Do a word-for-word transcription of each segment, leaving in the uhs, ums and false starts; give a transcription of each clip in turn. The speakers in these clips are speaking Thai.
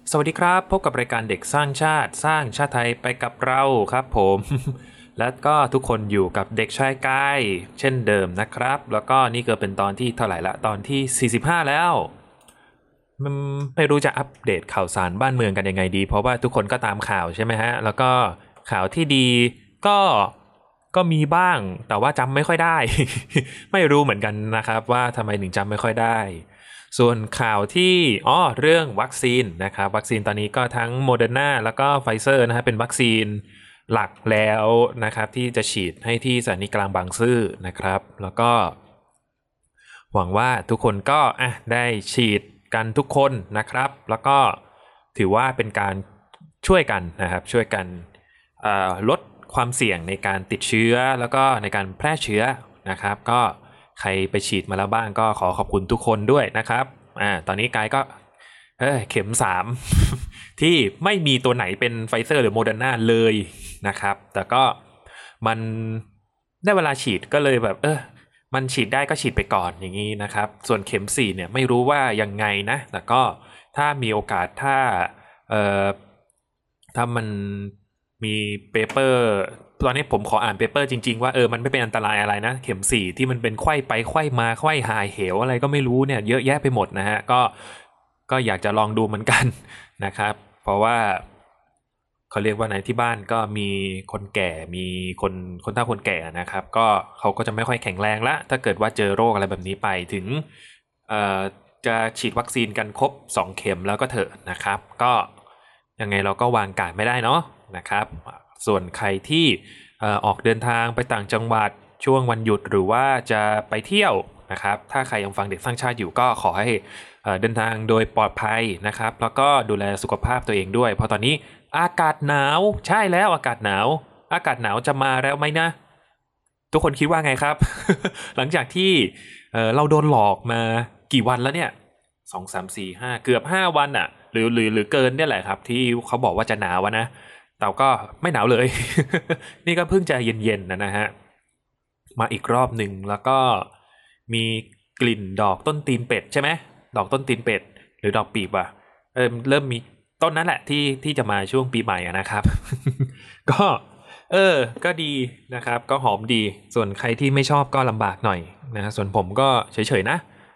สวัสดีครับพบกับรายการเด็กสร้างชาติสร้างชาติไทยไปกับเราครับผม และก็ทุกคนอยู่กับเด็กชายกายเช่นเดิมนะครับแล้วก็นี่ก็เป็นตอนที่เท่าไหร่ละตอนที่สี่สิบห้าแล้วมันไม่รู้จะอัปเดตข่าวสารบ้านเมืองกันยังไงดีเพราะว่าทุกคนก็ตามข่าวใช่ไหมฮะแล้วก็ข่าวที่ดีก็ก็มีบ้างแต่ว่าจำไม่ค่อยได้ ไม่รู้เหมือนกันนะครับว่าทำไมถึงจำไม่ค่อยได้ ส่วนข่าวที่อ๋อเรื่องวัคซีนนะครับวัคซีนตอนนี้ก็ทั้งโมเดอร์นาแล้วก็ไฟเซอร์นะฮะเป็นวัคซีนหลักแล้วนะครับที่จะฉีดให้ที่สถานีกลางบางซื่อนะครับแล้วก็หวังว่าทุกคนก็อ่ะได้ฉีดกันทุกคนนะครับแล้วก็ถือว่าเป็นการช่วยกันนะครับช่วยกันลดความเสี่ยงในการติดเชื้อแล้วก็ในการแพร่เชื้อนะครับก็ใครไปฉีดมาแล้วบ้างก็ขอขอบคุณทุกคนด้วยนะครับอ่าตอนนี้กายก็เอ้ยเข็มสาม ที่ไม่มีตัวไหนเป็นไฟเซอร์หรือโมเดอร์นาเลยนะครับแต่ก็มันได้เวลาฉีดก็เลยแบบเออมันฉีดได้ก็ฉีดไปก่อนอย่างนี้นะครับส่วนเข็มสี่เนี่ยไม่รู้ว่ายังไงนะแต่ก็ถ้ามีโอกาสถ้าเอ่อถ้ามันมีเปเปอร์ตอนนี้ผมขออ่านเปเปอร์จริงๆว่าเออมันไม่เป็นอันตรายอะไรนะเข็มสี่ที่มันเป็นไขว้ไปไขว้มาไขว้หายเหวอะไรก็ไม่รู้เนี่ยเยอะแยะไปหมดนะฮะก็ก็อยากจะลองดูเหมือนกันนะครับเพราะว่าเขาเรียกว่าในที่บ้านก็มีคนแก่มีคนคนเฒ่าคนแก่นะครับก็เขาก็จะไม่ค่อยแข็งแรงละถ้าเกิดว่าเจอโรคอะไรแบบนี้ไปถึงเอ่อจะฉีดวัคซีนกันครบสองเข็มแล้วก็เถอะนะครับก็ยังไงเราก็วางการไม่ได้เนาะนะครับส่วนใครที่ออกเดินทางไปต่างจังหวัดช่วงวันหยุดหรือว่าจะไปเที่ยวนะครับถ้าใครยังฟังเด็กสร้างชาติอยู่ก็ขอให้เดินทางโดยปลอดภัยนะครับแล้วก็ดูแลสุขภาพตัวเองด้วยเพราะตอนนี้อากาศหนาวใช่แล้วอากาศหนาวอากาศหนาวจะมาแล้วไหมนะทุกคนคิดว่าไงครับ หลังจากที่เเราโดนหลอกมากี่วันแล้วเนี่ยสองสามสี่ห้าเกือบห้าวันอะหรือหรือหรือเกินเนี่ยแหละครับที่เขาบอกว่าจะหนาวนะแต่ก็ไม่หนาวเลย นี่ก็เพิ่งจะเย็นๆนะนะฮะมาอีกรอบหนึ่งแล้วก็มีกลิ่นดอกต้นตีนเป็ดใช่ไหมดอกต้นตีนเป็ดหรือดอกปีบอะเออเริ่มมีต้นนั้นแหละที่ที่จะมาช่วงปีใหม่นะครับ ก็เออก็ดีนะครับก็หอมดีส่วนใครที่ไม่ชอบก็ลำบากหน่อยนะส่วนผมก็เฉยๆนะ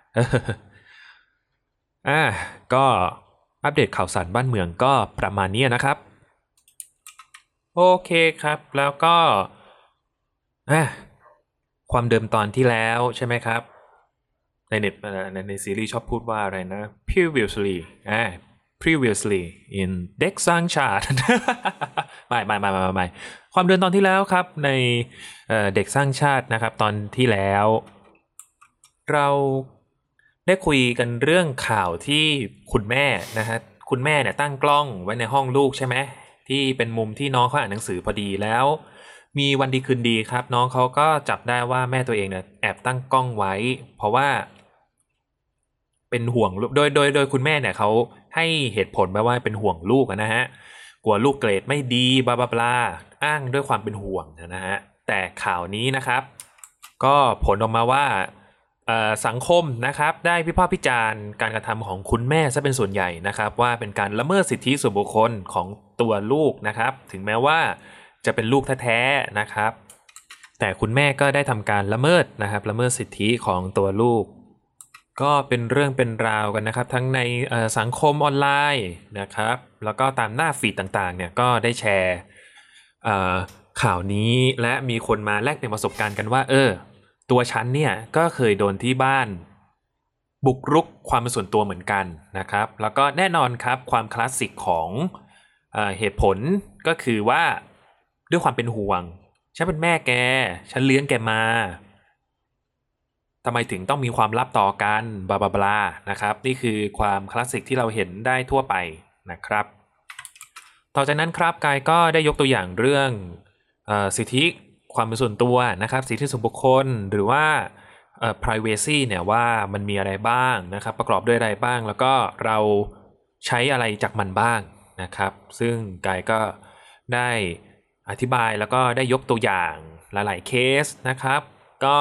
อ่าก็อัปเดตข่าวสารบ้านเมืองก็ประมาณนี้นะครับโอเคครับแล้วก็อ่ะความเดิมตอนที่แล้วใช่ไหมครับในเน็ตในในซีรีส์ชอบพูดว่าอะไรนะ previously อ่า previously in เด็กสร้างชาติ ไม่ไม่ไม่ไม่ไม่ความเดิมตอนที่แล้วครับในเด็กสร้างชาตินะครับตอนที่แล้วเราได้คุยกันเรื่องข่าวที่คุณแม่นะฮะคุณแม่เนี่ยตั้งกล้องไว้ในห้องลูกใช่ไหมที่เป็นมุมที่น้องเขาอ่านหนังสือพอดีแล้วมีวันดีคืนดีครับน้องเขาก็จับได้ว่าแม่ตัวเองเนี่ยแอบตั้งกล้องไว้เพราะว่าเป็นห่วงโดยโดยโดยคุณแม่เนี่ยเขาให้เหตุผลไปว่าเป็นห่วงลูกนะฮะกลัวลูกเกรดไม่ดีบลาบลาบลาอ้างด้วยความเป็นห่วงนะฮะแต่ข่าวนี้นะครับก็ผลออกมาว่าสังคมนะครับได้วิพากษ์วิจารณ์การกระทำของคุณแม่ซะเป็นส่วนใหญ่นะครับว่าเป็นการละเมิดสิทธิส่วนบุคคลของตัวลูกนะครับถึงแม้ว่าจะเป็นลูกแท้ๆนะครับแต่คุณแม่ก็ได้ทำการละเมิดนะครับละเมิดสิทธิของตัวลูกก็เป็นเรื่องเป็นราวกันนะครับทั้งในสังคมออนไลน์นะครับแล้วก็ตามหน้าฟีดต่างๆเนี่ยก็ได้แชร์ข่าวนี้และมีคนมาแลกเปลี่ยนประสบการณ์กันว่าเออตัวฉันเนี่ยก็เคยโดนที่บ้านบุกรุกความเป็นส่วนตัวเหมือนกันนะครับแล้วก็แน่นอนครับความคลาสสิกของเอ่อเหตุผลก็คือว่าด้วยความเป็นห่วงฉันเป็นแม่แกฉันเลี้ยงแกมาทำไมถึงต้องมีความลับต่อกันบลาบลาบลานะครับนี่คือความคลาสสิกที่เราเห็นได้ทั่วไปนะครับต่อจากนั้นครับกายก็ได้ยกตัวอย่างเรื่องเอ่อสิทธิความเป็นส่วนตัวนะครับสิทธิส่วนบุคคลหรือว่าเอ่อ privacy เนี่ยว่ามันมีอะไรบ้างนะครับประกอบด้วยอะไรบ้างแล้วก็เราใช้อะไรจากมันบ้างนะครับซึ่งกายก็ได้อธิบายแล้วก็ได้ยกตัวอย่างหลายๆเคสนะครับก็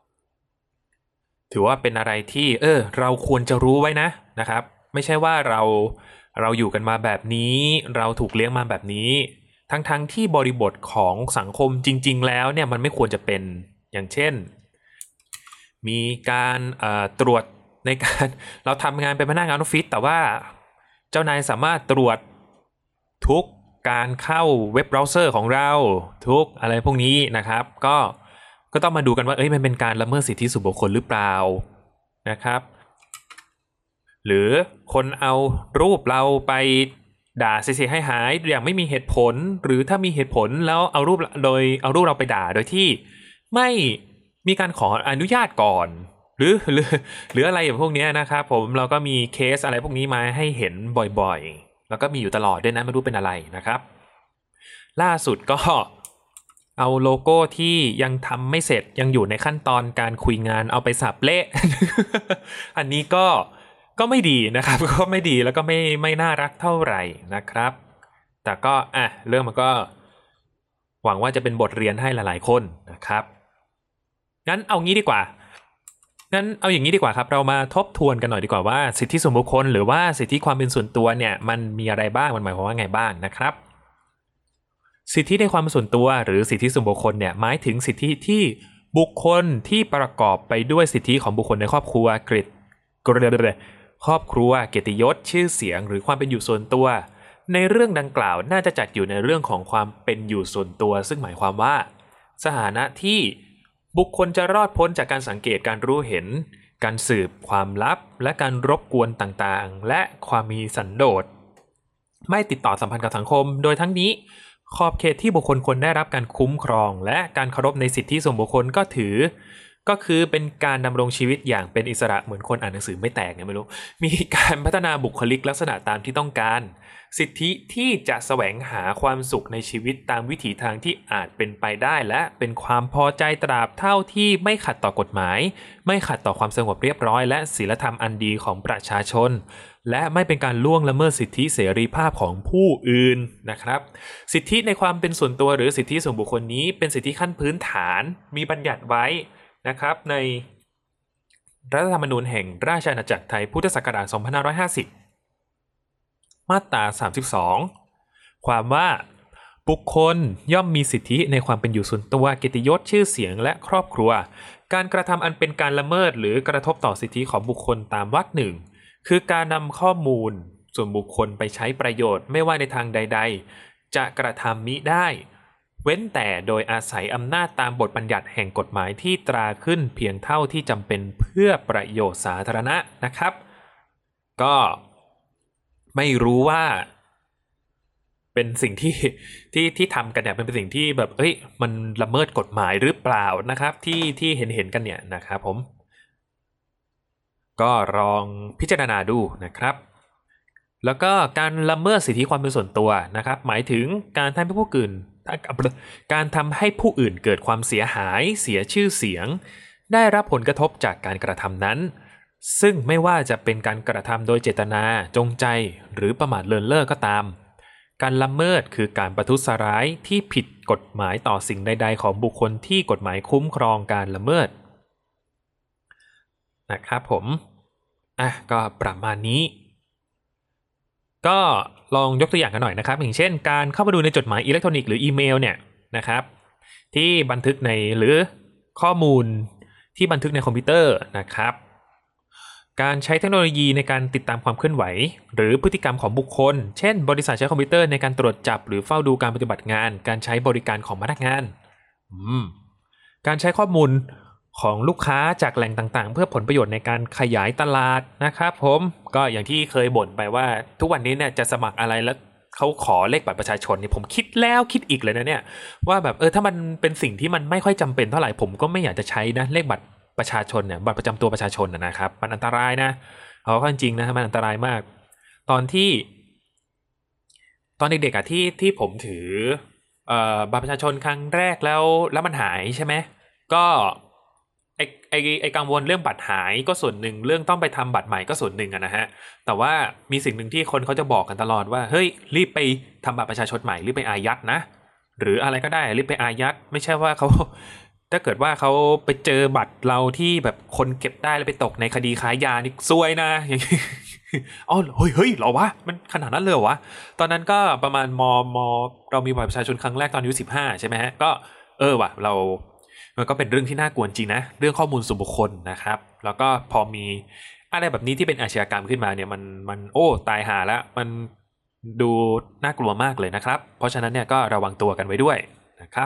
ถือว่าเป็นอะไรที่เออเราควรจะรู้ไว้นะนะครับไม่ใช่ว่าเราเราอยู่กันมาแบบนี้เราถูกเลี้ยงมาแบบนี้ทั้งๆ ท, ที่บริบทของสังคมจริงๆแล้วเนี่ยมันไม่ควรจะเป็นอย่างเช่นมีการตรวจในการเราทำงานเป็นพนักงานออฟฟิศแต่ว่าเจ้านายสามารถตรวจทุกการเข้าเว็บเบราว์เซอร์ของเราทุกอะไรพวกนี้นะครับก็ก็ต้องมาดูกันว่าเอ้ยมันเป็นการละเมิดสิทธิส่วนบุคคลหรือเปล่านะครับหรือคนเอารูปเราไปด่าเสียหายหายอย่างไม่มีเหตุผลหรือถ้ามีเหตุผลแล้วเอารูปโดยเอารูปเราไปด่าโดยที่ไม่มีการขออนุญาตก่อนหรือหรือหรืออะไรอย่างพวกนี้นะครับผมเราก็มีเคสอะไรพวกนี้มาให้เห็นบ่อยๆแล้วก็มีอยู่ตลอดด้วยนะไม่รู้เป็นอะไรนะครับล่าสุดก็เอาโลโก้ที่ยังทำไม่เสร็จยังอยู่ในขั้นตอนการคุยงานเอาไปสับเละ อันนี้ก็ก็ไม่ดีนะครับก็ไม่ดีแล้วก็ไม่ไม่น่ารักเท่าไหร่นะครับแต่ก็อ่ะเรื่องมันก็หวังว่าจะเป็นบทเรียนให้หลายๆคนนะครับงั้นเอางี้ดีกว่างั้นเอาอย่างนี้ดีกว่าครับเรามาทบทวนกันหน่อยดีกว่าว่าสิทธิส่วนบุคคลหรือว่าสิทธิความเป็นส่วนตัวเนี่ยมันมีอะไรบ้างมันหมายความว่าไงบ้างนะครับสิทธิในความเป็นส่วนตัวหรือสิทธิส่วนบุคคลเนี่ยหมายถึงสิทธิที่บุคคลที่ประกอบไปด้วยสิทธิของบุคคลในครอบครัวเกรดกรดครอบครัวเกียรติยศชื่อเสียงหรือความเป็นอยู่ส่วนตัวในเรื่องดังกล่าวน่าจะจัดอยู่ในเรื่องของความเป็นอยู่ส่วนตัวซึ่งหมายความว่าสถานะที่บุคคลจะรอดพ้นจากการสังเกตการรู้เห็นการสืบความลับและการรบกวนต่างๆและความมีสันโดษไม่ติดต่อสัมพันธ์กับสังคมโดยทั้งนี้ขอบเขตที่บุคคลควรได้รับการคุ้มครองและการเคารพในสิทธิส่วนบุคคลก็ถือก็คือเป็นการดำรงชีวิตอย่างเป็นอิสระเหมือนคนอ่านหนังสือไม่แตกเนี่ยไม่รู้มีการพัฒนาบุคลิกลักษณะตามที่ต้องการสิทธิที่จะแสวงหาความสุขในชีวิตตามวิถีทางที่อาจเป็นไปได้และเป็นความพอใจตราบเท่าที่ไม่ขัดต่อกฎหมายไม่ขัดต่อความสงบเรียบร้อยและศีลธรรมอันดีของประชาชนและไม่เป็นการล่วงละเมิดสิทธิเสรีภาพของผู้อื่นนะครับสิทธิในความเป็นส่วนตัวหรือสิทธิส่วนบุคคลนี้เป็นสิทธิขั้นพื้นฐานมีบัญญัติไว้นะครับในรัฐธรรมนูญแห่งราชอาณาจักรไทยพุทธศักราชสองพันห้าร้อยห้าสิบมาตราสามสิบสองความว่าบุคคลย่อมมีสิทธิในความเป็นอยู่ส่วนตัวเกียรติยศชื่อเสียงและครอบครัวการกระทำอันเป็นการละเมิดหรือกระทบต่อสิทธิของบุคคลตามวรรคหนึ่งคือการนำข้อมูลส่วนบุคคลไปใช้ประโยชน์ไม่ว่าในทางใดๆจะกระทำมิได้เว้นแต่โดยอาศัยอำนาจตามบทบัญญัติแห่งกฎหมายที่ตราขึ้นเพียงเท่าที่จำเป็นเพื่อประโยชน์สาธารณะนะครับก็ไม่รู้ว่าเป็นสิ่งที่ที่ที่ทำกันเนี่ยเป็นสิ่งที่แบบเอ้ยมันละเมิดกฎหมายหรือเปล่านะครับที่ที่เห็นเห็นกันเนี่ยนะครับผมก็ลองพิจารณาดูนะครับแล้วก็การละเมิดสิทธิความเป็นส่วนตัวนะครับหมายถึงการทำให้ผู้อื่นการทำให้ผู้อื่นเกิดความเสียหายเสียชื่อเสียงได้รับผลกระทบจากการกระทำนั้นซึ่งไม่ว่าจะเป็นการกระทำโดยเจตนาจงใจหรือประมาทเลินเล่อก็ตามการละเมิดคือการประทุษร้ายที่ผิดกฎหมายต่อสิ่งใดๆของบุคคลที่กฎหมายคุ้มครองการละเมิดนะครับผมอ่ะก็ประมาณนี้ก็ลองยกตัวอย่างกันหน่อยนะครับอย่างเช่นการเข้ามาดูในจดหมายอิเล็กทรอนิกส์หรืออีเมลเนี่ยนะครับที่บันทึกในหรือข้อมูลที่บันทึกในคอมพิวเตอร์นะครับการใช้เทคโนโลยีในการติดตามความเคลื่อนไหวหรือพฤติกรรมของบุคคลเช่นบริษัทใช้คอมพิวเตอร์ในการตรวจจับหรือเฝ้าดูการปฏิบัติงานการใช้บริการของพนักงานอืมการใช้ข้อมูลของลูกค้าจากแหล่งต่างๆเพื่อผลประโยชน์ในการขยายตลาดนะครับผมก็อย่างที่เคยบ่นไปว่าทุกวันนี้เนี่ยจะสมัครอะไรแล้วเขาขอเลขบัตรประชาชนเนี่ยผมคิดแล้วคิดอีกเลยนะเนี่ยว่าแบบเออถ้ามันเป็นสิ่งที่มันไม่ค่อยจำเป็นเท่าไหร่ผมก็ไม่อยากจะใช้นะเลขบัตรประชาชนเนี่ยบัตรประจำตัวประชาชนนะครับมันอันตรายนะเอาเข้าจริงนะมันอันตรายมากตอนที่ตอนเด็กๆอ่ะที่ที่ผมถือเอ่อบัตรประชาชนครั้งแรกแล้วแล้วมันหายใช่ไหมก็ไอไอไอกังวลเรื่องบัตรหายก็ส่วนหนึ่งเรื่องต้องไปทำบัตรใหม่ก็ส่วนหนึ่งอะนะฮะแต่ว่ามีสิ่งหนึ่งที่คนเขาจะบอกกันตลอดว่าเฮ้ยรีบไปทำบัตรประชาชนใหม่รีบไปอายัดนะหรืออะไรก็ได้รีบไปอายัดไม่ใช่ว่าเขาถ้าเกิดว่าเขาไปเจอบัตรเราที่แบบคนเก็บได้แล้วไปตกในคดีค้ายานี่ซวยนะอย่างนี้อ๋อเฮ้ยเฮ้ยเหรอวะมันขนาดนั้นเลยเหรอวะตอนนั้นก็ประมาณมมเรามีบัตรประชาชนครั้งแรกตอนอายุสิบห้าใช่ไหมฮะก็เออว่ะเรามันก็เป็นเรื่องที่น่ากลัวจริงนะเรื่องข้อมูลส่วนบุคคลนะครับแล้วก็พอมีอะไรแบบนี้ที่เป็นอาชญากรรมขึ้นมาเนี่ยมันมันโอ้ตายห่าแล้วมันดูน่ากลัวมากเลยนะครับเพราะฉะนั้นเนี่ยก็ระวังตัวกันไว้ด้วยนะครับ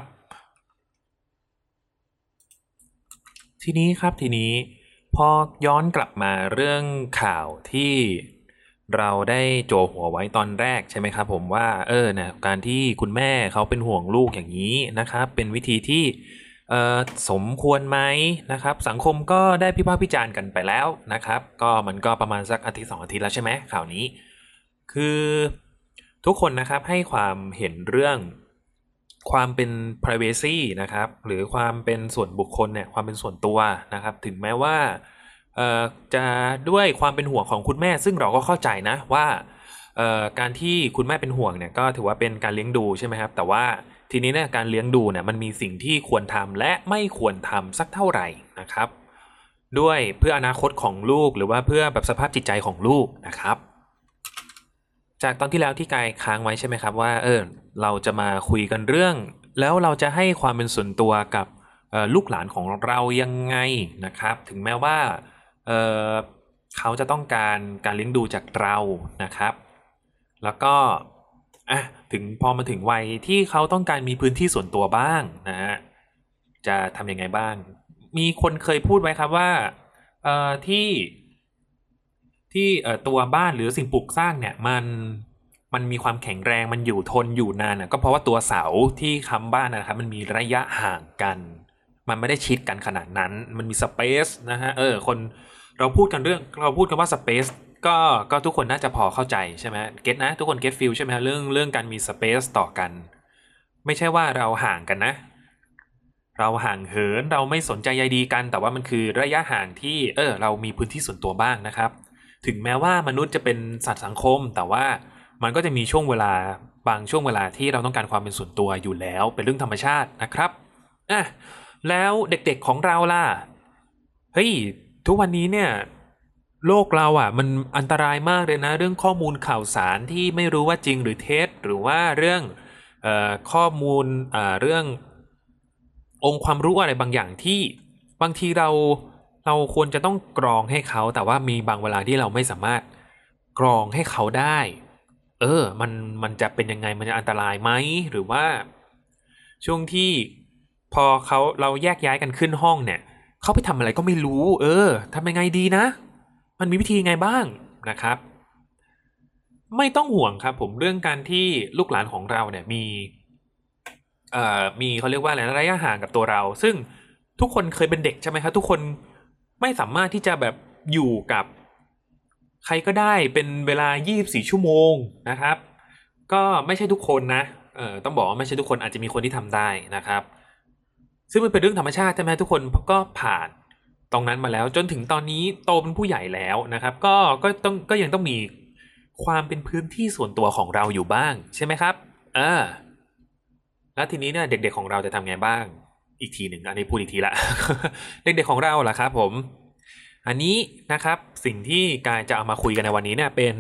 ทีนี้ครับทีนี้พอย้อนกลับมาเรื่องข่าวที่เราได้โจหัวไว้ตอนแรกใช่ไหมครับผมว่าเออเนี่ยการที่คุณแม่เขาเป็นห่วงลูกอย่างนี้นะครับเป็นวิธีที่เอ่อสมควรไหมนะครับสังคมก็ได้พิพากษ์วิจารณ์กันไปแล้วนะครับก็มันก็ประมาณสักอาทิตย์สองอาทิตย์แล้วใช่ไหมข่าวนี้คือทุกคนนะครับให้ความเห็นเรื่อง ความเป็น privacy นะครับหรือความเป็นส่วนบุคคลเนี่ยความเป็นส่วนตัวนะครับถึงแม้ว่าเอ่อจะด้วยความเป็นห่วงของคุณแม่ซึ่งเราก็เข้าใจนะว่าเอ่อการที่คุณแม่เป็นห่วงเนี่ยก็ถือว่าเป็นการเลี้ยงดูใช่ไหมครับแต่ว่าทีนี้เนี่ยการเลี้ยงดูเนี่ยมันมีสิ่งที่ควรทำและไม่ควรทำสักเท่าไหร่นะครับด้วยเพื่ออนาคตของลูกหรือว่าเพื่อแบบสภาพจิตใจของลูกนะครับ จากตอนที่แล้วที่กายค้างไว้ใช่ไหมครับว่าเออเราจะมาคุยกันเรื่องแล้วเราจะให้ความเป็นส่วนตัวกับลูกหลานของเรายังไงนะครับถึงแม้ว่าเเขาจะต้องการการเลี้ยงดูจากเรานะครับแล้วก็อ่ะถึงพอมาถึงวัยที่เขาต้องการมีพื้นที่ส่วนตัวบ้างนะฮะจะทำยังไงบ้างมีคนเคยพูดไว้ครับว่าเอ่อที่ที่เอ่อตัวบ้านหรือสิ่งปลูกสร้างเนี่ยมันมันมีความแข็งแรงมันอยู่ทนอยู่นานนะก็เพราะว่าตัวเสาที่ค้ำบ้านนะครับมันมีระยะห่างกันมันไม่ได้ชิดกันขนาดนั้นมันมีสเปซนะฮะเออคนเราพูดกันเรื่องเราพูดกันว่าสเปซก็ก็ทุกคนน่าจะพอเข้าใจใช่ไหมเก็ตนะทุกคนเก็ตฟิลใช่ไหมเรื่องเรื่องการมีสเปซต่อกันไม่ใช่ว่าเราห่างกันนะ เราห่างเหินเราไม่สนใจใยดีกันแต่ว่ามันคือระยะห่างที่เออเรามีพื้นที่ส่วนตัวบ้างนะครับถึงแม้ว่ามนุษย์จะเป็นสัตว์สังคมแต่ว่ามันก็จะมีช่วงเวลาบางช่วงเวลาที่เราต้องการความเป็นส่วนตัวอยู่แล้วเป็นเรื่องธรรมชาตินะครับอ่ะแล้วเด็กๆของเราล่ะเฮ้ยทุกวันนี้เนี่ยโลกเราอ่ะมันอันตรายมากเลยนะเรื่องข้อมูลข่าวสารที่ไม่รู้ว่าจริงหรือเท็จหรือว่าเรื่องเอ่อข้อมูลอ่าเรื่อง องค์ความรู้อะไรบางอย่างที่บางทีเราเราควรจะต้องกรองให้เขาแต่ว่ามีบางเวลาที่เราไม่สามารถกรองให้เขาได้เออมันมันจะเป็นยังไงมันจะอันตรายไหมหรือว่าช่วงที่พอเขาเราแยกย้ายกันขึ้นห้องเนี่ยเขาไปทำอะไรก็ไม่รู้เออทำยังไงดีนะมันมีวิธียังไงบ้างนะครับไม่ต้องห่วงครับผมเรื่องการที่ลูกหลานของเราเนี่ยมี เอ่อมีเขาเรียกว่าอะไรนะระยะห่างกับตัวเราซึ่งทุกคนเคยเป็นเด็กใช่ไหมครับทุกคนไม่สามารถที่จะแบบอยู่กับใครก็ได้เป็นเวลายี่สิบสี่ชั่วโมงนะครับก็ไม่ใช่ทุกคนนะเอ่อต้องบอกว่าไม่ใช่ทุกคนอาจจะมีคนที่ทำได้นะครับซึ่งมันเป็นเรื่องธรรมชาติใช่ไหมทุกคนก็ผ่านตรงนั้นมาแล้วจนถึงตอนนี้โตเป็นผู้ใหญ่แล้วนะครับก็ก็ต้องก็ยังต้องมีความเป็นพื้นที่ส่วนตัวของเราอยู่บ้างใช่ไหมครับเออ แล้วทีนี้เนี่ยเด็กๆของเราจะทำไงบ้างอีกทีหนึ่งอันนี้พูดอีกทีละเด็กๆของเราล่ะครับผมอันนี้นะครับสิ่งที่กายจะเอามาคุยกันในวันนี้เนี่ยเป็น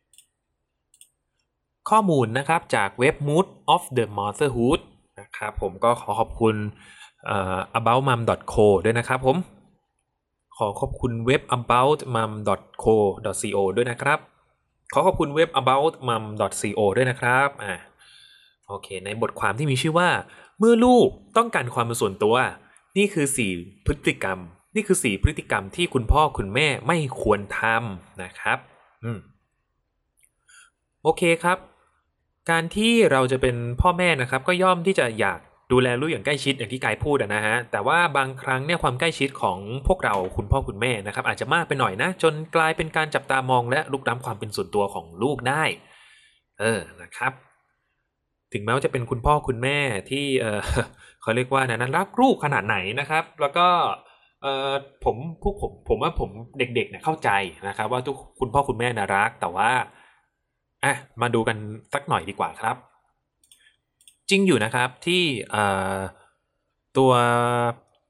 ข้อมูลนะครับจากเว็บ Mood of the Motherhood นะครับผมก็ขอขอบคุณเอ่อ about mom dot co ด้วยนะครับผมขอขอบคุณเว็บ about mom dot co dot co ด้วยนะครับขอขอบคุณเว็บ about mom dot co ด้วยนะครับอ่า โอเคในบทความที่มีชื่อว่าเมื่อลูกต้องการความเป็นส่วนตัวนี่คือสี่พฤติกรรมนี่คือสี่พฤติกรรมที่คุณพ่อคุณแม่ไม่ควรทำนะครับอืมโอเคครับการที่เราจะเป็นพ่อแม่นะครับก็ย่อมที่จะอยากดูแลลูกอย่างใกล้ชิดอย่างที่กายพูดนะฮะแต่ว่าบางครั้งเนี่ยความใกล้ชิดของพวกเราคุณพ่อคุณแม่นะครับอาจจะมากไปหน่อยนะจนกลายเป็นการจับตามองและลุกล้ำความเป็นส่วนตัวของลูกได้เออนะครับ ถึงแม้ว่าจะเป็นคุณพ่อคุณแม่ที่เออเขาเรียกว่านะรักลูกขนาดไหนนะครับแล้วก็เออผมพวกผมผมว่าผมเด็กๆเนี่ยเข้าใจนะครับว่าทุกคุณพ่อคุณแม่น่ารักแต่ว่าอ่ะมาดูกันสักหน่อยดีกว่าครับจริงอยู่นะครับที่เอ่อตัวพ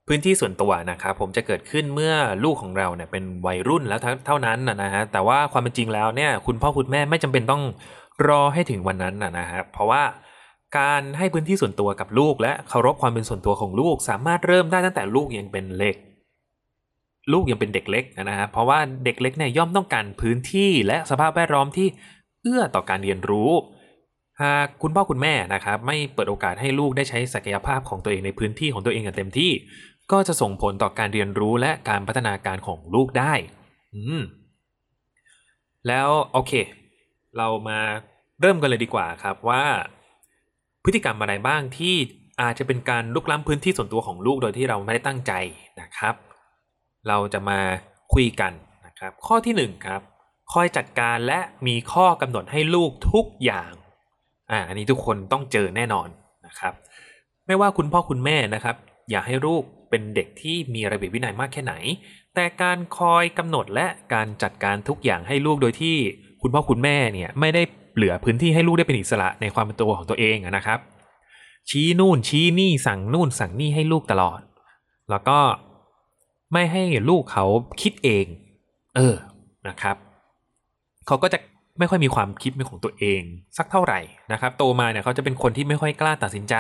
พื้นที่ส่วนตัวนะครับผมจะเกิดขึ้นเมื่อลูกของเราเนี่ยเป็นวัยรุ่นแล้วเท่านั้นนะฮะแต่ว่าความเป็นจริงแล้วเนี่ยคุณพ่อคุณแม่ไม่จำเป็นต้องรอให้ถึงวันนั้นนะฮะเพราะว่าการให้พื้นที่ส่วนตัวกับลูกและเคารพความเป็นส่วนตัวของลูกสามารถเริ่มได้ตั้งแต่ลูกยังเป็นเล็กลูกยังเป็นเด็กเล็กนะฮะเพราะว่าเด็กเล็กเนี่ยย่อมต้องการพื้นที่และสภาพแวดล้อมที่เอื้อต่อการเรียนรู้หากคุณพ่อคุณแม่นะครับไม่เปิดโอกาสให้ลูกได้ใช้ศักยภาพของตัวเองในพื้นที่ของตัวเองอย่างเต็มที่ก็จะส่งผลต่อการเรียนรู้และการพัฒนาการของลูกได้อืมแล้วโอเคเรามาเริ่มกันเลยดีกว่าครับว่าพฤติกรรมอะไรบ้างที่อาจจะเป็นการลุกล้ำพื้นที่ส่วนตัวของลูกโดยที่เราไม่ได้ตั้งใจนะครับเราจะมาคุยกันนะครับข้อที่หนึ่งครับคอยจัดการและมีข้อกำหนดให้ลูกทุกอย่างอ่าอันนี้ทุกคนต้องเจอแน่นอนนะครับไม่ว่าคุณพ่อคุณแม่นะครับอยากให้ลูกเป็นเด็กที่มีระเบียบวินัยมากแค่ไหนแต่การคอยกำหนดและการจัดการทุกอย่างให้ลูกโดยที่คุณพ่อคุณแม่เนี่ยไม่ได้เหลือพื้นที่ให้ลูกได้เป็นอิสระในความเป็นตัวของตัวเองนะครับชี้นู่นชี้นี่สั่งนู่นสั่งนี่ให้ลูกตลอดแล้วก็ไม่ให้ลูกเขาคิดเองเออนะครับเขาก็จะไม่ค่อยมีความคิดเป็นของตัวเองสักเท่าไหร่นะครับโตมาเนี่ยเขาจะเป็นคนที่ไม่ค่อยกล้าตัดสินใจ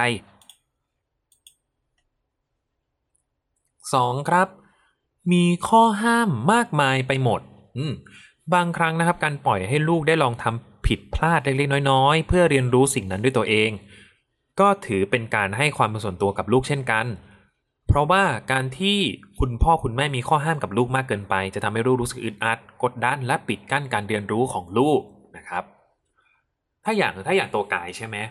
สองครับมีข้อห้ามมากมายไปหมดอืมบางครั้งนะครับการปล่อยให้ลูกได้ลองทำผิดพลาดเล็กๆน้อยๆเพื่อเรียนรู้สิ่งนั้นด้วยตัวเองก็ถือเป็นการให้ความเป็นส่วนตัวกับลูกเช่นกันเพราะว่าการที่คุณพ่อคุณแม่มีข้อห้ามกับลูกมากเกินไปจะทำให้ลูกรู้สึกอึดอัดกดดันและปิดกั้นการเรียนรู้ของลูกนะครับถ้าอย่างถ้าอย่างตัวกายใช่ไหม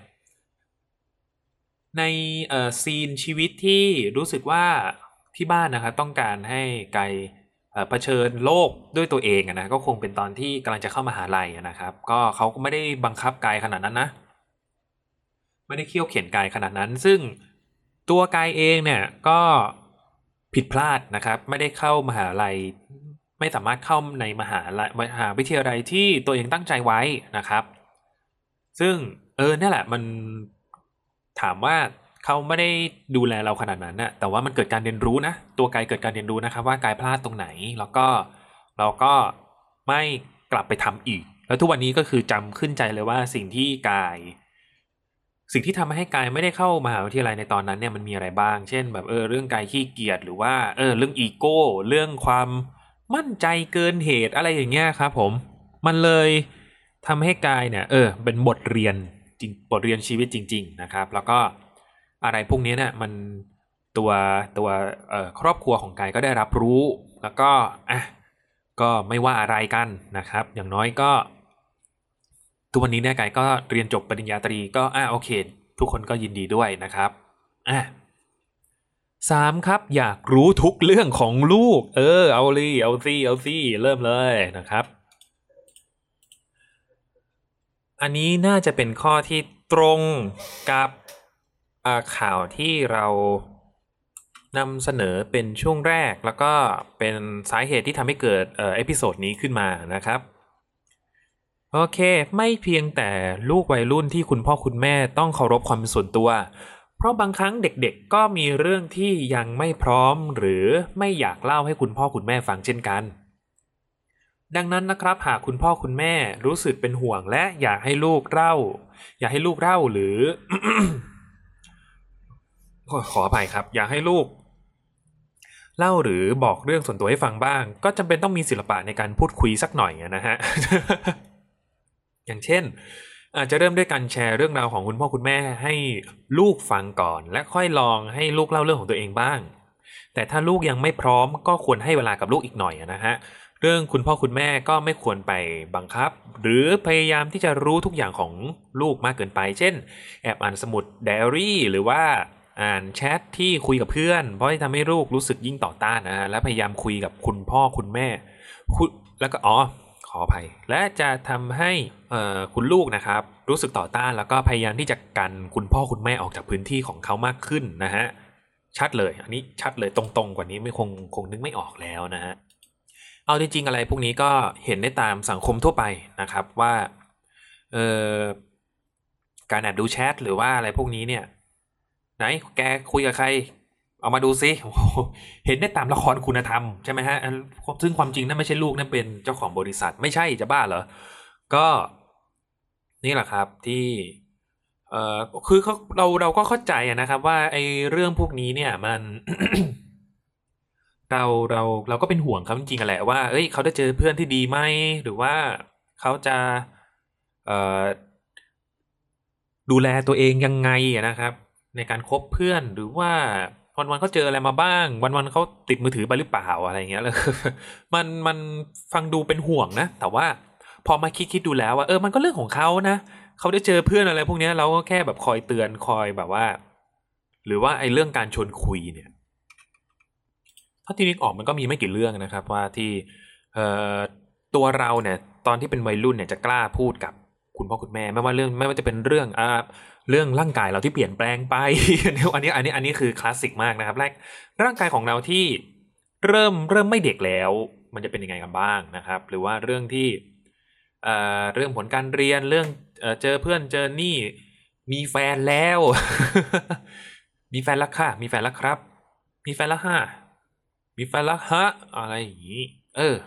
ในเอ่อซีนชีวิตที่รู้สึกว่าที่บ้านนะครับต้องการให้กายเอ่อเผชิญโลกด้วยตัวเองอะนะก็คงเป็นตอนที่กำลังจะเข้ามหาลัยอะนะครับก็เขาก็ไม่ได้บังคับกายขนาดนั้นนะไม่ได้เคี่ยวเข็นกายขนาดนั้นซึ่งตัวกายเองเนี่ยก็ผิดพลาดนะครับไม่ได้เข้ามหาลัยไม่สามารถเข้าในมหาลัยมหาวิทยาลัยที่ตัวเองตั้งใจไว้นะครับซึ่งเออนี่แหละมันถามว่าเขาไม่ได้ดูแลเราขนาดนั้นนะแต่ว่ามันเกิดการเรียนรู้นะตัวกายเกิดการเรียนรู้นะครับว่ากายพลาดตรงไหนแล้วก็เราก็ไม่กลับไปทำอีกแล้วทุกวันนี้ก็คือจำขึ้นใจเลยว่าสิ่งที่กายสิ่งที่ทำให้กายไม่ได้เข้ามหาวิทยาลัยในตอนนั้นเนี่ยมันมีอะไรบ้างเช่นแบบเออเรื่องกายขี้เกียจหรือว่าเออเรื่องอีโก้เรื่องความมั่นใจเกินเหตุอะไรอย่างเงี้ยครับผมมันเลยทำให้กายเนี่ยเออเป็นบทเรียนจริงบทเรียนชีวิตจริงๆนะครับแล้วก็อะไรพวกนี้เนี่ยมันตัวตัวเอ่อครอบครัวของกายก็ได้รับรู้แล้วก็อ่ะก็ไม่ว่าอะไรกันนะครับอย่างน้อยก็ทุกวันนี้เนี่ยกายก็เรียนจบปริญญาตรีก็อ่ะโอเคทุกคนก็ยินดีด้วยนะครับอ่ะสามครับอยากรู้ทุกเรื่องของลูกเออเอาเลยเอาสิเอาสิเริ่มเลยนะครับอันนี้น่าจะเป็นข้อที่ตรงกับอ่าข่าวที่เรานำเสนอเป็นช่วงแรกแล้วก็เป็นสาเหตุที่ทำให้เกิดเอ่อเอพิโซดนี้ขึ้นมานะครับโอเคไม่เพียงแต่ลูกวัยรุ่นที่คุณพ่อคุณแม่ต้องเคารพความเป็นส่วนตัวเพราะบางครั้งเด็กๆก็มีเรื่องที่ยังไม่พร้อมหรือไม่อยากเล่าให้คุณพ่อคุณแม่ฟังเช่นกันดังนั้นนะครับหากคุณพ่อคุณแม่รู้สึกเป็นห่วงและอยากให้ลูกเล่าอยากให้ลูกเล่าหรือ ขอขออภัยครับอยากให้ลูกเล่าหรือบอกเรื่องส่วนตัวให้ฟังบ้างก็จำเป็นต้องมีศิลปะในการพูดคุยสักหน่อยนะฮะ อย่างเช่นอาจจะเริ่มด้วยการแชร์เรื่องราวของคุณพ่อคุณแม่ให้ลูกฟังก่อนและค่อยลองให้ลูกเล่าเรื่องของตัวเองบ้างแต่ถ้าลูกยังไม่พร้อมก็ควรให้เวลากับลูกอีกหน่อยนะฮะเรื่องคุณพ่อคุณแม่ก็ไม่ควรไปบังคับหรือพยายามที่จะรู้ทุกอย่างของลูกมากเกินไปเช่นแอบอ่านสมุดไดอารี่หรือว่าอ่านแชทที่คุยกับเพื่อนเพราะที่ทำให้ลูกรู้สึกยิ่งต่อต้านนะฮะและพยายามคุยกับคุณพ่อคุณแม่คุณแล้วก็อ๋อ ขออภัยและจะทำให้คุณลูกนะครับรู้สึกต่อต้านแล้วก็พยายามที่จะกันคุณพ่อคุณแม่ออกจากพื้นที่ของเขามากขึ้นนะฮะชัดเลยอันนี้ชัดเลยตรงๆกว่านี้ไม่คงคงนึกไม่ออกแล้วนะฮะเอาจริงๆอะไรพวกนี้ก็เห็นได้ตามสังคมทั่วไปนะครับว่าเอ่อการแอบดูแชทหรือว่าอะไรพวกนี้เนี่ยไหนแกคุยกับใครเอามาดูซิโอ้โหเห็นได้ตามละครคุณธรรมใช่ไหมฮะอันซึ่งความจริงนั่นไม่ใช่ลูกนั่นเป็นเจ้าของบริษัทไม่ใช่จะบ้าเหรอก็นี่แหละครับที่เอ่อคือเขาเราเราก็เข้าใจนะครับว่าไอ้เรื่องพวกนี้เนี่ยมัน เราเราเราก็เป็นห่วงเขาจริงๆกันแหละว่าเอ้ยเขาได้เจอเพื่อนที่ดีไหมหรือว่าเขาจะเอ่อดูแลตัวเองยังไงนะครับในการคบเพื่อนหรือว่าวันๆเขาเจออะไรมาบ้างวันๆเขาติดมือถือไปหรือเปล่าอะไรเงี้ยเลย มันมันฟังดูเป็นห่วงนะแต่ว่าพอมาคิดคิดดูแล้วว่าเออมันก็เรื่องของเขานะเขาได้เจอเพื่อนอะไรพวกนี้เราก็แค่แบบคอยเตือนคอยแบบว่าหรือว่าไอ้เรื่องการชวนคุยเนี่ย ถ้าที่นึกออกมันก็มีไม่กี่เรื่องนะครับว่าที่เอ่อตัวเราเนี่ยตอนที่เป็นวัยรุ่นเนี่ยจะกล้าพูดกับคุณพ่อคุณแม่ไม่ว่าเรื่องไม่ว่าจะเป็นเรื่องอ่าเรื่องร่างกายเราที่เปลี่ยนแปลงไป อันนี้อันนี้อันนี้อันนี้คือคลาสสิกมากนะครับแรกร่างกายของเราที่เริ่มเริ่มไม่เด็กแล้วมันจะเป็นยังไงกันบ้างนะครับหรือว่าเรื่องที่เอ่อเรื่องผลการเรียนเรื่องเอ่อเจอเพื่อนเจอนี่มีแฟนแล้ว มีแฟนแล้วค่ะมีแฟนแล้วครับมีแฟนแล้วฮะ มีแฟนแล้วฮะอะไรอย่างนี้เออ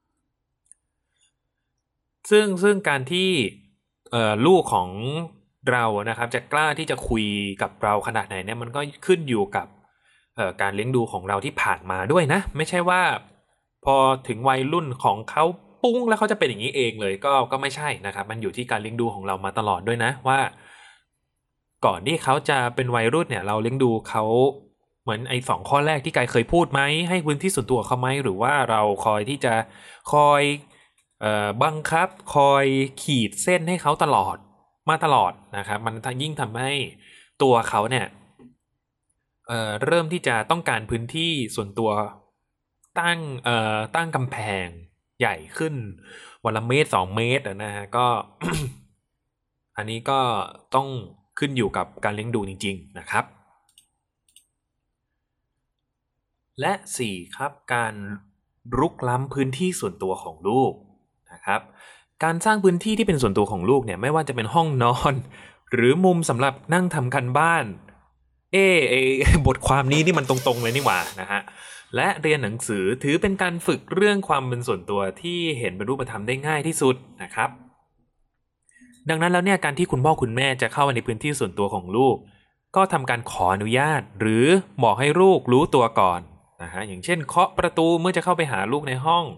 ซึ่งซึ่งการที่เอ่อลูกของเรานะครับจะกล้าที่จะคุยกับเราขนาดไหนเนี่ยมันก็ขึ้นอยู่กับเอ่อการเลี้ยงดูของเราที่ผ่านมาด้วยนะไม่ใช่ว่าพอถึงวัยรุ่นของเขาปุ้งแล้วเขาจะเป็นอย่างนี้เองเลยก็ก็ไม่ใช่นะครับมันอยู่ที่การเลี้ยงดูของเรามาตลอดด้วยนะว่าก่อนที่เขาจะเป็นวัยรุ่นเนี่ยเราเลี้ยงดูเขาเหมือนไอ้สองข้อแรกที่กายเคยพูดไหมให้พื้นที่ส่วนตัวเขาไหมหรือว่าเราคอยที่จะคอย เอ่อบังคับคอยขีดเส้นให้เขาตลอดมาตลอดนะครับมันยิ่งทำให้ตัวเขาเนี่ยเอ่อเริ่มที่จะต้องการพื้นที่ส่วนตัวตั้งเอ่อตั้งกำแพงใหญ่ขึ้นวันละเมตรสองเมตรอะนะฮะก็ อันนี้ก็ต้องขึ้นอยู่กับการเลี้ยงดูจริงๆนะครับและสี่ครับการรุกล้ำพื้นที่ส่วนตัวของลูกนะครับการสร้างพื้นที่ที่เป็นส่วนตัวของลูกเนี่ยไม่ว่าจะเป็นห้องนอนหรือมุมสำหรับนั่งทำกันบ้านเอเอบทความนี้นี่มันตรงๆเลยนี่หว่านะฮะและเรียนหนังสือถือเป็นการฝึกเรื่องความเป็นส่วนตัวที่เห็นเป็นรูปธรรมได้ง่ายที่สุดนะครับ ดังนั้นแล้วเนี่ยการที่คุณพ่อคุณแม่จะเข้ามาในพื้นที่ส่วนตัวของลูกก็ทำการขออนุญาตหรือบอกให้ลูกรู้ตัวก่อนนะฮะอย่างเช่นเคาะประตูเมื่อจะเข้าไปหาลูกในห้อง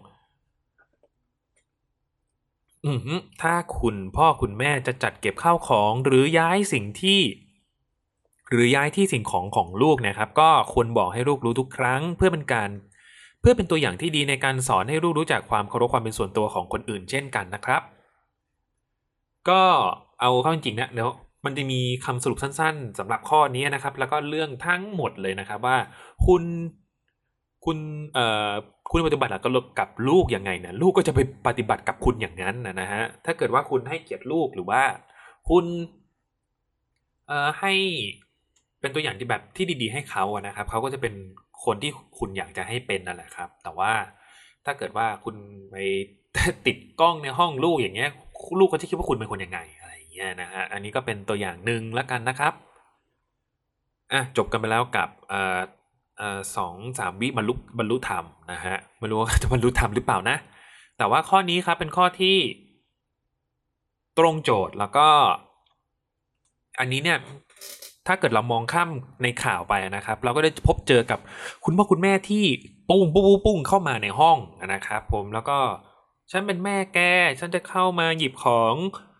อือฮึถ้าคุณพ่อคุณแม่จะจัดเก็บข้าวของหรือย้ายสิ่งที่หรือย้ายที่สิ่งของของลูกนะครับก็ควรบอกให้ลูกรู้ทุกครั้งเพื่อเป็นการเพื่อเป็นตัวอย่างที่ดีในการสอนให้ลูกรู้จักความเคารพความเป็นส่วนตัวของคนอื่นเช่นกันนะครับ ก็เอาเข้าจริงๆนะเดี๋ยวมันจะมีคำสรุปสั้นๆสำหรับข้อนี้นะครับแล้วก็เรื่องทั้งหมดเลยนะครับว่าคุณคุณเอ่อคุณปฏิบัติกับกับลูกยังไงเนี่ยลูกก็จะไปปฏิบัติกับคุณอย่างนั้นนะนะฮะถ้าเกิดว่าคุณให้เกียรติลูกหรือว่าคุณเอ่อให้เป็นตัวอย่างที่แบบที่ดีๆให้เขาอะนะครับเขาก็จะเป็นคนที่คุณอยากจะให้เป็นนั่นแหละครับแต่ว่าถ้าเกิดว่าคุณไป ติดกล้องในห้องลูกอย่างเงี้ยลูกก็จะคิดว่าคุณเป็นคนยังไงอะไรอย่างเงี้ยนะฮะอันนี้ก็เป็นตัวอย่างหนึ่งแล้วกันนะครับอ่ะจบกันไปแล้วกับเอ่อเอ่อสองสามวิบรรลุบรรลุธรรมนะฮะไม่รู้ว่าจะบรรลุธรรมหรือเปล่านะแต่ว่าข้อนี้ครับเป็นข้อที่ตรงโจทย์แล้วก็อันนี้เนี่ยถ้าเกิดเรามองข้ามในข่าวไปนะครับเราก็ได้พบเจอกับคุณพ่อคุณแม่ที่ปุ้งปุ้งปุ้งเข้ามาในห้องนะครับผมแล้วก็ฉันเป็นแม่แกฉันจะเข้ามาหยิบของ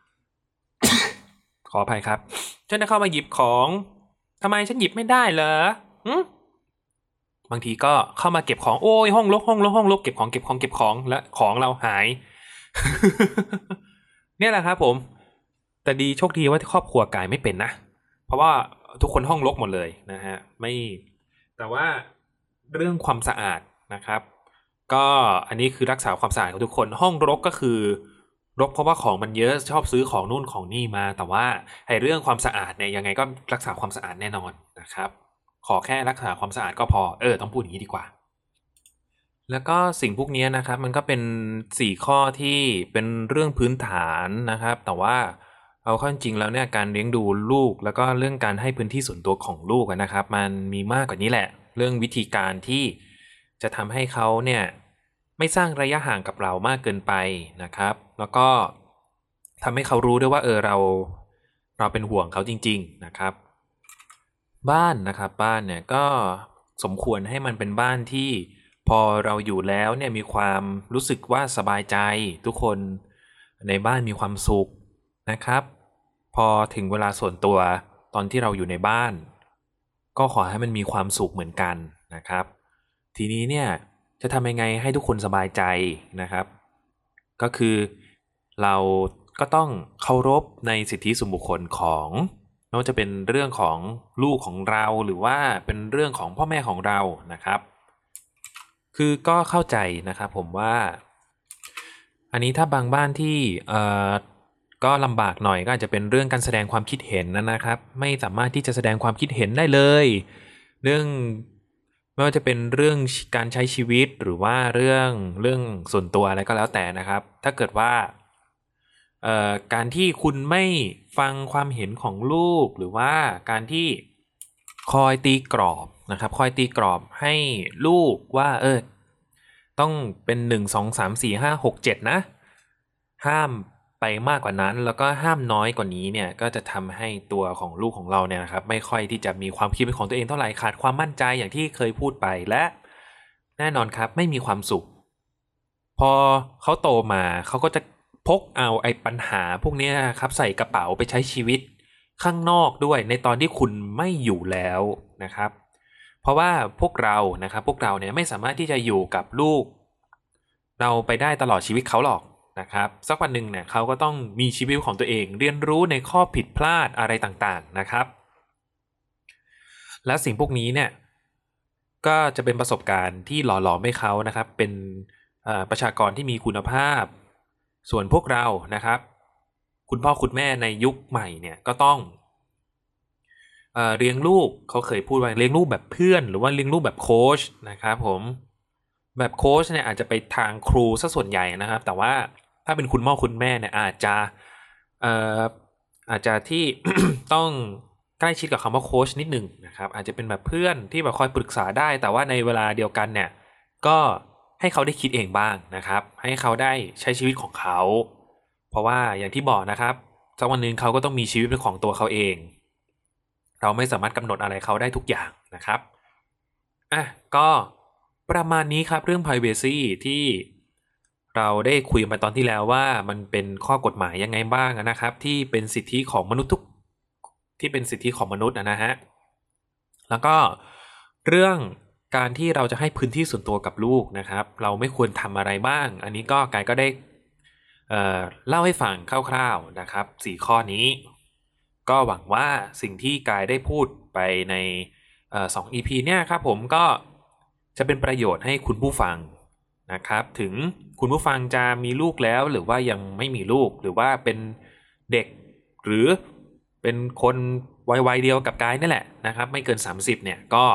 ขออภัยครับฉันจะเข้ามาหยิบของทำไมฉันหยิบไม่ได้เหรอหืมบางทีก็เข้ามาเก็บของโอ้ยห้องรกห้องรกห้องรกเก็บของเก็บของเก็บของและของเราหาย เนี่ยแหละครับผมแต่ดีโชคดีว่าที่ครอบครัวกายไม่เป็นนะเพราะว่าทุกคนห้องรกหมดเลยนะฮะไม่แต่ว่าเรื่องความสะอาดนะครับก็อันนี้คือรักษาความสะอาดของทุกคนห้องรกก็คือรกเพราะว่าของมันเยอะชอบซื้อของนู่นของนี่มาแต่ว่าไอ้เรื่องความสะอาดเนี่ยยังไงก็รักษาความสะอาดแน่นอนนะครับขอแค่รักษาความสะอาดก็พอเออต้องพูดอย่างนี้ดีกว่า แล้วก็สิ่งพวกนี้นะครับมันก็เป็นสี่ข้อที่เป็นเรื่องพื้นฐานนะครับแต่ว่าเอาเข้าจริงๆแล้วเนี่ยการเลี้ยงดูลูกแล้วก็เรื่องการให้พื้นที่ส่วนตัวของลูกนะครับมันมีมากกว่านี้แหละเรื่องวิธีการที่จะทำให้เขาเนี่ยไม่สร้างระยะห่างกับเรามากเกินไปนะครับแล้วก็ทำให้เขารู้ด้วยว่าเออเราเราเป็นห่วงเขาจริงๆนะครับบ้านนะครับบ้านเนี่ยก็สมควรให้มันเป็นบ้านที่พอเราอยู่แล้วเนี่ยมีความรู้สึกว่าสบายใจทุกคนในบ้านมีความสุขนะครับพอถึงเวลาส่วนตัวตอนที่เราอยู่ในบ้านก็ขอให้มันมีความสุขเหมือนกันนะครับทีนี้เนี่ยจะทำยังไงให้ทุกคนสบายใจนะครับก็คือเราก็ต้องเคารพในสิทธิส่วนบุคคลของไม่ว่าจะเป็นเรื่องของลูกของเราหรือว่าเป็นเรื่องของพ่อแม่ของเรานะครับคือก็เข้าใจนะครับผมว่าอันนี้ถ้าบางบ้านที่เอ่อก็ลำบากหน่อยก็อาจจะเป็นเรื่องการแสดงความคิดเห็นนะครับไม่สามารถที่จะแสดงความคิดเห็นได้เลยเรื่องไม่ว่าจะเป็นเรื่องการใช้ชีวิตหรือว่าเรื่องเรื่องส่วนตัวอะไรก็แล้วแต่นะครับถ้าเกิดว่าเอ่อการที่คุณไม่ฟังความเห็นของลูกหรือว่าการที่คอยตีกรอบนะครับคอยตีกรอบให้ลูกว่าเออต้องเป็นหนึ่ง สอง สาม สี่ ห้า หก เจ็ดนะห้ามไปมากกว่านั้นแล้วก็ห้ามน้อยกว่านี้เนี่ยก็จะทำให้ตัวของลูกของเราเนี่ยนะครับไม่ค่อยที่จะมีความคิดเป็นของตัวเองเท่าไหร่ขาดความมั่นใจอย่างที่เคยพูดไปและแน่นอนครับไม่มีความสุขพอเขาโตมาเขาก็จะพกเอาไอ้ปัญหาพวกนี้ครับใส่กระเป๋าไปใช้ชีวิตข้างนอกด้วยในตอนที่คุณไม่อยู่แล้วนะครับเพราะว่าพวกเรานะครับพวกเราเนี่ยไม่สามารถที่จะอยู่กับลูกเราไปได้ตลอดชีวิตเขาหรอกนะครับสักวันหนึ่งเนี่ยเขาก็ต้องมีชีวิตของตัวเองเรียนรู้ในข้อผิดพลาดอะไรต่างๆนะครับและสิ่งพวกนี้เนี่ยก็จะเป็นประสบการณ์ที่หล่อหลอมให้เขานะครับเป็นประชากรที่มีคุณภาพส่วนพวกเรานะครับคุณพ่อคุณแม่ในยุคใหม่เนี่ยก็ต้องเอ่อเลี้ยงลูกเขาเคยพูดว่าเลี้ยงลูกแบบเพื่อนหรือว่าเลี้ยงลูกแบบโค้ชนะครับผมแบบโค้ชเนี่ยอาจจะไปทางครูซะส่วนใหญ่นะครับแต่ว่าถ้าเป็นคุณพ่อคุณแม่เนี่ยอาจจะเอ่ออาจจะที่ ต้องใกล้ชิดกับคำว่าโค้ชนิดนึงนะครับอาจจะเป็นแบบเพื่อนที่แบบคอยปรึกษาได้แต่ว่าในเวลาเดียวกันเนี่ยก็ให้เขาได้คิดเองบ้างนะครับให้เขาได้ใช้ชีวิตของเขาเพราะว่าอย่างที่บอกนะครับสักวันนึงเขาก็ต้องมีชีวิตเป็นของตัวเขาเองเราไม่สามารถกำหนดอะไรเขาได้ทุกอย่างนะครับอ่ะก็ประมาณนี้ครับเรื่อง privacy ที่เราได้คุยมาตอนที่แล้วว่ามันเป็นข้อกฎหมายยังไงบ้างนะครับที่เป็นสิทธิของมนุษย์ทุกที่เป็นสิทธิของมนุษย์นะฮะแล้วก็เรื่องการที่เราจะให้พื้นที่ส่วนตัวกับลูกนะครับเราไม่ควรทำอะไรบ้างอันนี้ก็กายก็ได้เอ่อเล่าให้ฟังคร่าวๆนะครับสี่ข้อนี้ก็หวังว่าสิ่งที่กายได้พูดไปในเอ่อสอง อี พี เนี่ยครับผมก็จะเป็นประโยชน์ให้คุณผู้ฟังนะครับถึงคุณผู้ฟังจะมีลูกแล้วหรือว่ายังไม่มีลูกหรือว่าเป็นเด็กหรือเป็นคนวัยๆเดียวกับกายนี่แหละนะครับไม่เกินสามสิบเนี่ยก็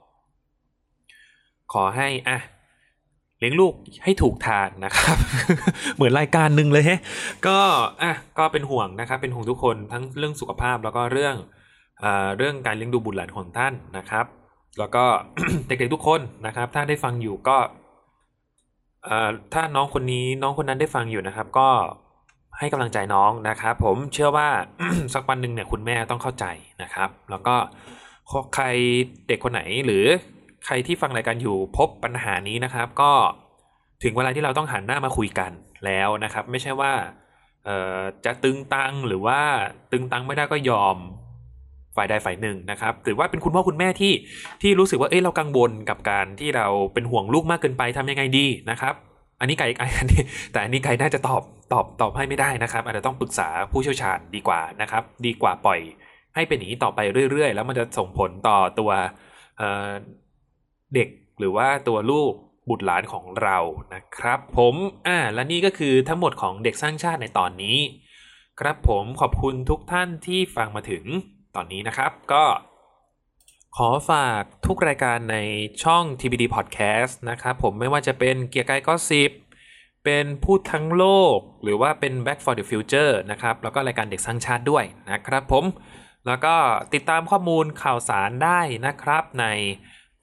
ขอให้อ่ะเลี้ยงลูกให้ถูกทางนะครับ เหมือนรายการหนึ่งเลยฮะก็อ่ะก็เป็นห่วงนะครับเป็นห่วงทุกคนทั้งเรื่องสุขภาพแล้วก็เรื่องอ่าเรื่องการเลี้ยงดูบุตรหลานของท่านนะครับแล้วก็ เด็กๆทุกคนนะครับถ้าได้ฟังอยู่ก็อ่าถ้าน้องคนนี้น้องคนนั้นได้ฟังอยู่นะครับก็ให้กำลังใจน้องนะครับผมเชื่อว่า สักวันหนึ่งเนี่ยคุณแม่ต้องเข้าใจนะครับแล้วก็ใครเด็กคนไหนหรือใครที่ฟังรายการอยู่พบปัญหานี้นะครับก็ถึงเวลาที่เราต้องหันหน้ามาคุยกันแล้วนะครับไม่ใช่ว่าเอ่อจะตึงตังหรือว่าตึงตังไม่ได้ก็ยอมฝ่ายใดฝ่ายหนึ่งนะครับหรือว่าเป็นคุณพ่อคุณแม่ที่ที่รู้สึกว่าเอ้ยเรากังวลกับการที่เราเป็นห่วงลูกมากเกินไปทำยังไงดีนะครับอันนี้ไก่อันนี้แต่อันนี้ไก่น่าจะตอบตอบตอบให้ไม่ได้นะครับอาจจะต้องปรึกษาผู้เชี่ยวชาญดีกว่านะครับดีกว่าปล่อยให้เป็นอย่างนี้ต่อไปเรื่อยๆแล้วมันจะส่งผลต่อตัวเอ่อเด็กหรือว่าตัวลูกบุตรหลานของเรานะครับผมอ่าและนี่ก็คือทั้งหมดของเด็กสร้างชาติในตอนนี้ครับผมขอบคุณทุกท่านที่ฟังมาถึงตอนนี้นะครับก็ขอฝากทุกรายการในช่อง ที บี ดี Podcast นะครับผมไม่ว่าจะเป็นเกียร์กายก็สิบเป็นพูดทั้งโลกหรือว่าเป็น Back for the Future นะครับแล้วก็รายการเด็กสร้างชาติด้วยนะครับผมแล้วก็ติดตามข้อมูลข่าวสารได้นะครับใน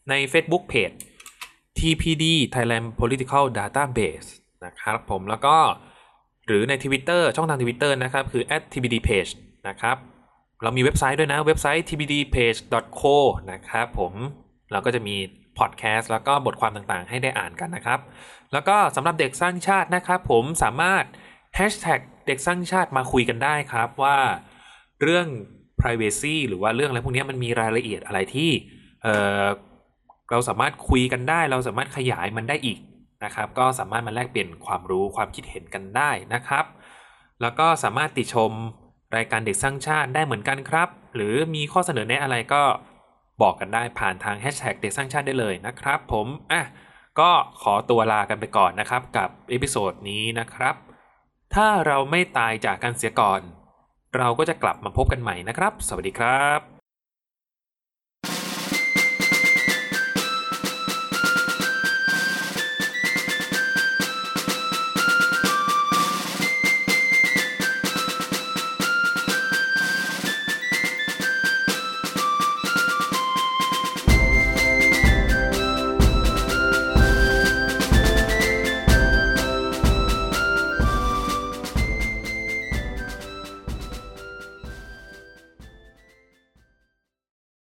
ใน Facebook Page ที พี ดี Thailand Political Database นะครับผมแล้วก็หรือใน Twitter ช่องทาง Twitter นะครับคือ แอท ที บี ดี เพจ นะครับเรามีเว็บไซต์ด้วยนะเว็บไซต์ ที บี ดี เพจ ดอท โค นะครับผมเราก็จะมีพอดแคสต์แล้วก็บทความต่างๆให้ได้อ่านกันนะครับแล้วก็สำหรับเด็กสร้างชาตินะครับผมสามารถ Hashtag เด็กสร้างชาติมาคุยกันได้ครับว่าเรื่อง privacy หรือว่าเรื่องอะไรพวกนี้มันมีรายละเอียดอะไรที่เอ่อเราสามารถคุยกันได้เราสามารถขยายมันได้อีกนะครับก็สามารถมาแลกเปลี่ยนความรู้ความคิดเห็นกันได้นะครับแล้วก็สามารถติชมรายการเด็กสร้างชาติได้เหมือนกันครับหรือมีข้อเสนอแนะอะไรก็บอกกันได้ผ่านทางแฮชแท็กเด็กสร้างชาติได้เลยนะครับผมอ่ะก็ขอตัวลากันไปก่อนนะครับกับเอพิโซดนี้นะครับถ้าเราไม่ตายจากกันเสียก่อนเราก็จะกลับมาพบกันใหม่นะครับสวัสดีครับ